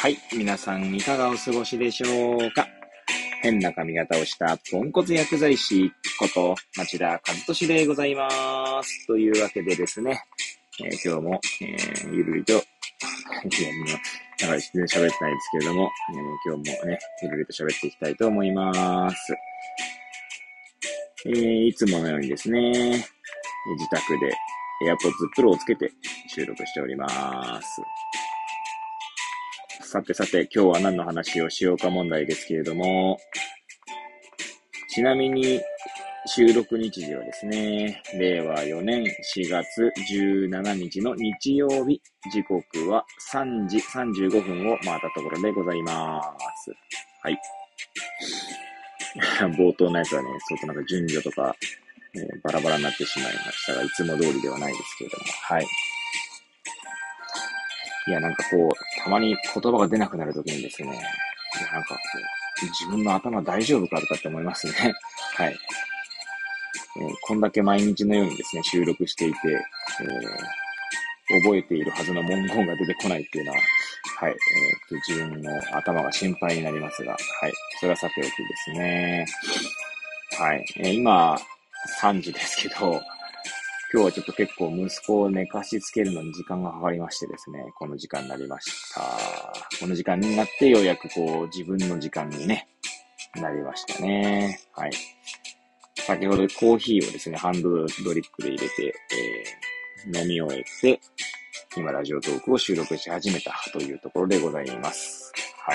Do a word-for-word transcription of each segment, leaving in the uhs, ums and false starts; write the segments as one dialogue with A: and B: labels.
A: はい、皆さんいかがお過ごしでしょうか。変な髪型をしたポンコツ薬剤師こと町田和俊でございます。というわけでですね、えー、今日も、えー、ゆるりと、いや、もう、だから全然喋ってないですけれども、えー、今日もね、ゆるりと喋っていきたいと思います。えー、いつものようにですね、自宅で AirPods Pro をつけて収録しております。さてさて、今日は何の話をしようか問題ですけれども、ちなみに収録日時はですね、れいわよねんしがつじゅうしちにちの日曜日、時刻はさんじさんじゅうごふんを回ったところでございます。はい。冒頭のやつはね、ちょっとなんか順序とか、えー、バラバラになってしまいましたが、いつも通りではないですけれども、はい。いや、なんかこう、たまに言葉が出なくなるときにですね、いや、なんかこう、自分の頭大丈夫かとかって思いますね。はい。えー、こんだけ毎日のようにですね、収録していて、えー、覚えているはずの文言が出てこないっていうのは、はい、えー、自分の頭が心配になりますが、はい、それはさておきですね。はい、えー、今、さんじですけど、今日はちょっと結構息子を寝かしつけるのに時間がかかりましてですね、この時間になりました。この時間になってようやくこう自分の時間にね、なりましたね。はい。先ほどコーヒーをですね、ハンドドリップで入れて、えー、飲み終えて、今ラジオトークを収録し始めたというところでございます。はい。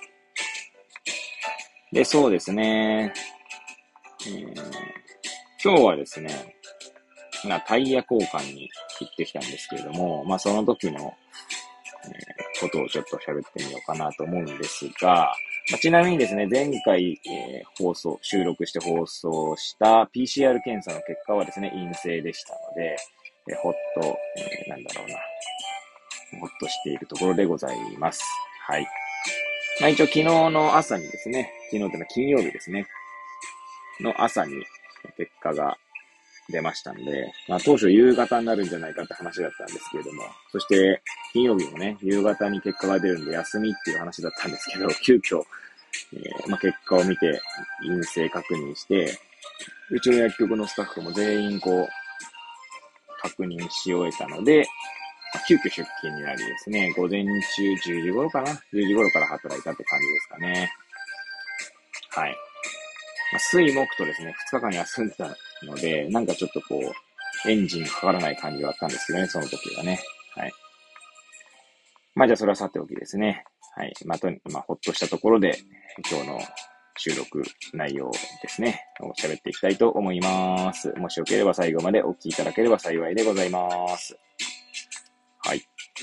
A: で、そうですね。えー、今日はですね、まあ、タイヤ交換に行ってきたんですけれども、まあその時の、えー、ことをちょっと喋ってみようかなと思うんですが、まあ、ちなみにですね、前回、えー、放送、収録して放送した ピーシーアール 検査の結果はですね、陰性でしたので、えー、ほっと、えー、なんだろうな、ほっとしているところでございます。はい。まあ一応昨日の朝にですね、昨日というのは金曜日ですね、の朝に結果が出ましたんで、まあ当初夕方になるんじゃないかって話だったんですけれども、そして金曜日もね、夕方に結果が出るんで休みっていう話だったんですけど、急遽、えー、まあ結果を見て陰性確認して、うちの薬局のスタッフも全員こう、確認し終えたので、急遽出勤になりですね、午前中じゅうじ頃かな ?じゅうじ頃から働いたって感じですかね。はい。まあ、水木とですね、ふつかかん休んでたので、なんかちょっとこう、エンジンかからない感じはあったんですけどね、その時はね。はい。まあじゃあそれはさておきですね。はい。まあと、まあほっとしたところで、今日の収録内容ですね、を喋っていきたいと思います。もしよければ最後までお聞きいただければ幸いでございます。はい。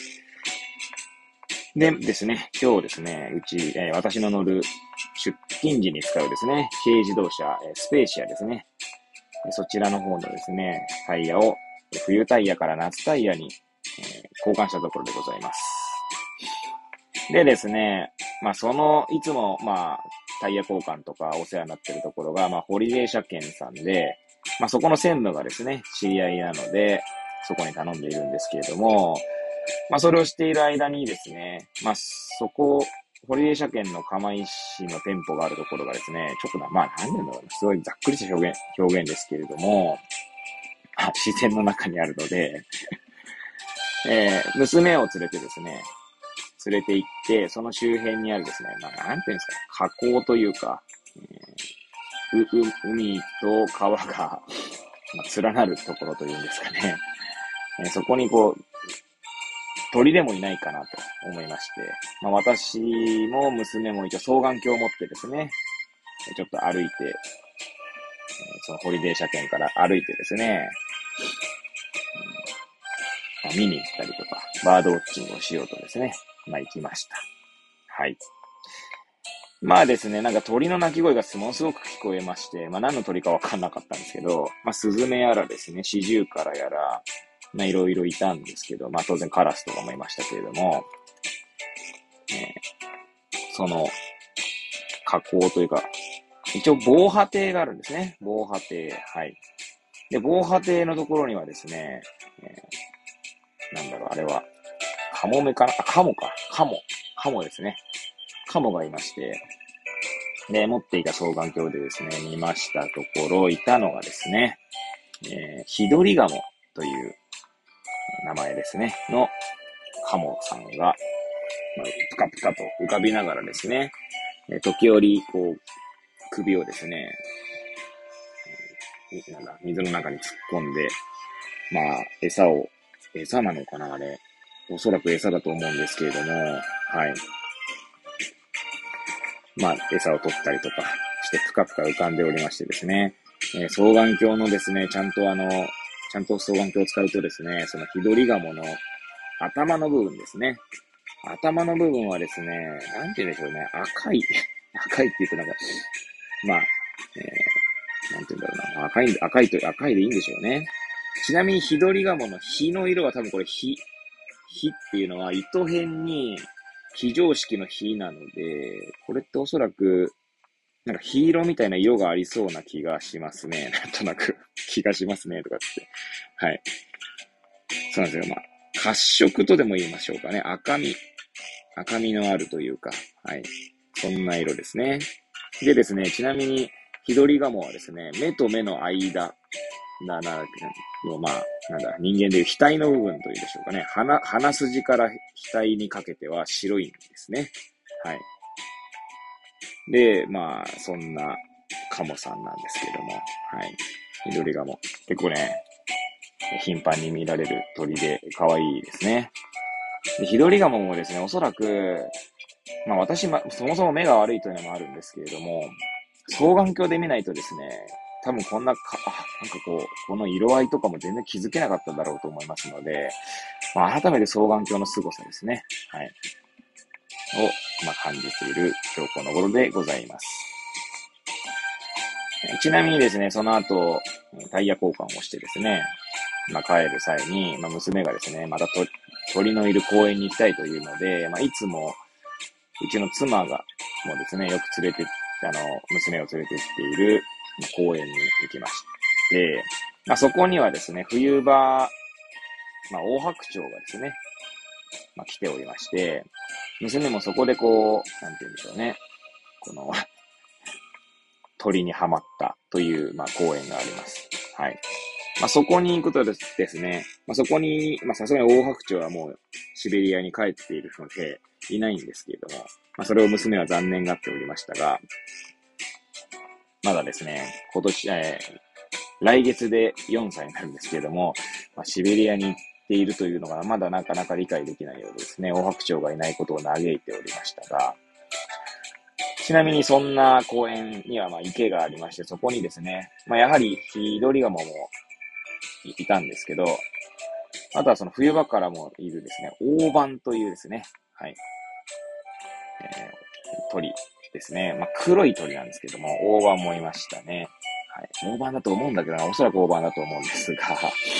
A: でですね、今日ですね、うち、えー、私の乗る出勤時に使うですね、軽自動車、えー、スペーシアですね。そちらの方のですね、タイヤを冬タイヤから夏タイヤに、えー、交換したところでございます。でですね、まあその、いつもまあタイヤ交換とかお世話になっているところが、まあホリデー車検さんで、まあそこの専務がですね、知り合いなので、そこに頼んでいるんですけれども、まあそれをしている間にですね、まあそこ、ホリデー車検の釜石市の店舗があるところがですね、ちょっとな、まあ何て言うんだろうな、すごいざっくりした表現、表現ですけれども、自然の中にあるので、えー、娘を連れてですね、連れて行って、その周辺にあるですね、まあ、なんていうんですか、河口というか、えー、う、う、海と川が、まあ、連なるところというんですかね。えー、そこにこう、鳥でもいないかなと思いまして、まあ、私も娘も一応双眼鏡を持ってですね、ちょっと歩いて、えー、そのホリデー車検から歩いてですね、うん、まあ、見に行ったりとか、バードウォッチングをしようとですね、まあ行きました。はい。まあですね、なんか鳥の鳴き声がものすごく聞こえまして、まあ何の鳥かわかんなかったんですけど、まあスズメやらですね、シジュウカラやら、まあいろいろいたんですけど、まあ当然カラスとかもいましたけれども、えー、その河口というか、一応防波堤があるんですね。防波堤。はい。で、防波堤のところにはですね、えー、なんだろう、あれは、カモメかなあ、カモか。カモ。 カモですね。カモがいまして、で、持っていた双眼鏡でですね、見ましたところ、いたのがですね、えー、ヒドリガモという名前ですね、のカモさんが、まあ、ぷかぷかと浮かびながらですね、えー、時折、こう、首をですね、えー、なんだ、水の中に突っ込んで、まあ、餌を、餌なのかな、あれ。おそらく餌だと思うんですけれども、はい。まあ、餌を取ったりとかして、ぷかぷか浮かんでおりましてですね、えー、双眼鏡のですね、ちゃんとあの、ちゃんと双眼鏡を使うとですね、そのヒドリガモの頭の部分ですね。頭の部分はですね、なんて言うんでしょうね、赤い、赤いって言うとなんか、まあ、えー、なんて言うんだろうな、赤い、赤いと、赤いでいいんでしょうね。ちなみにヒドリガモの火の色は多分これ火、火っていうのは糸辺に非常識の火なので、これっておそらく、なんか黄色みたいな色がありそうな気がしますね。なんとなく気がしますね。とかって。はい。そうなんですよ。まあ、褐色とでも言いましょうかね。赤み。赤みのあるというか。はい。そんな色ですね。でですね、ちなみに、ヒドリガモはですね、目と目の間、な、な、の、まあ、なんだ、人間でいう額の部分というでしょうかね。鼻、鼻筋から額にかけては白いんですね。はい。で、まあ、そんなカモさんなんですけども、はい。ヒドリガモ。結構ね、頻繁に見られる鳥で可愛いですね。でヒドリガモもですね、おそらく、まあ私、ま、そもそも目が悪いというのもあるんですけれども、双眼鏡で見ないとですね、多分こんなか、あ、なんかこう、この色合いとかも全然気づけなかっただろうと思いますので、まあ改めて双眼鏡の凄さですね。はい。を、まあ感じている今日この頃でございます。ちなみにですね、その後、タイヤ交換をしてですね、まあ、帰る際に、まあ、娘がですね、またと鳥のいる公園に行きたいというので、まあ、いつも、うちの妻が、もうですね、よく連れて、あの、娘を連れて行っている、まあ、公園に行きまして、まあ、そこにはですね、冬場、まあ、大白鳥がですね、まあ、来ておりまして、娘もそこでこう、なんて言うんでしょうね、この鳥にはまったという、まあ、公園があります。はい。まあ、そこに行くとですね、まあ、そこに、まあ、さすがに大白鳥はもうシベリアに帰っているので、いないんですけれども、まあ、それを娘は残念がっておりましたが、まだですね、今年、えー、来月でよんさいになるんですけれども、まあ、シベリアに行っているというのがまだなかなか理解できないようでですね、大白鳥がいないことを嘆いておりましたが、ちなみにそんな公園にはまあ池がありまして、そこにですね、まあ、やはりヒドリガモもいたんですけど、あとはその冬場からもいるですね、オオバンというですね、はい、えー、鳥ですね。まあ、黒い鳥なんですけども、オオバンもいましたね。はい。オオバンだと思うんだけどな、おそらくオオバンだと思うんですが、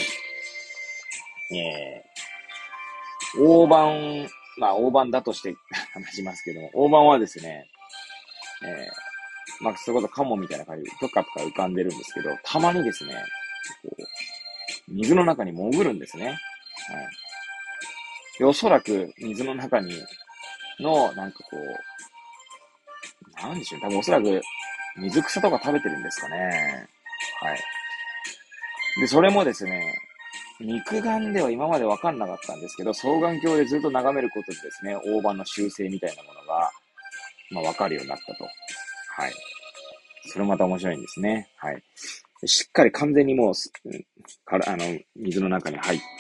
A: えー、オオバン、まあ、オオバンだとして話しますけども、オオバンはですね、えー、まあ、それこそカモみたいな感じで、ぷかぷか浮かんでるんですけど、たまにですね、こう水の中に潜るんですね。はい。で、おそらく水の中にの、なんかこう、なんでしょうね。多分おそらく水草とか食べてるんですかね。はい。で、それもですね、肉眼では今までわかんなかったんですけど、双眼鏡でずっと眺めることでですね、大判の習性みたいなものが、まあわかるようになったと。はい。それもまた面白いんですね。はい。しっかり完全にもう、から、あの、水の中に入って、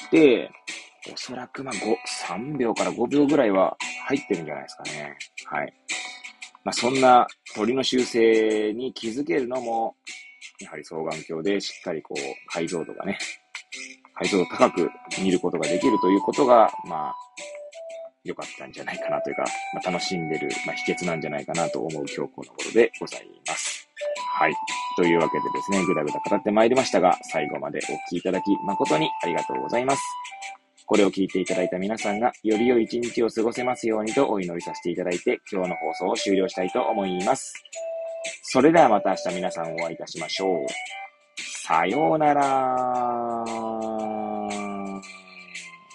A: おそらくまあご、さんびょうからごびょうぐらいは入ってるんじゃないですかね。はい。まあそんな鳥の習性に気づけるのも、やはり双眼鏡でしっかりこう解像度がね、解像度高く見ることができるということが、まあ、良かったんじゃないかなというか、まあ、楽しんでる、まあ、秘訣なんじゃないかなと思う今日この頃でございます。はい。というわけでですね、ぐだぐだ語ってまいりましたが、最後までお聞きいただき誠にありがとうございます。これを聞いていただいた皆さんがより良い一日を過ごせますようにとお祈りさせていただいて、今日の放送を終了したいと思います。それではまた明日皆さんお会いいたしましょう。さようなら。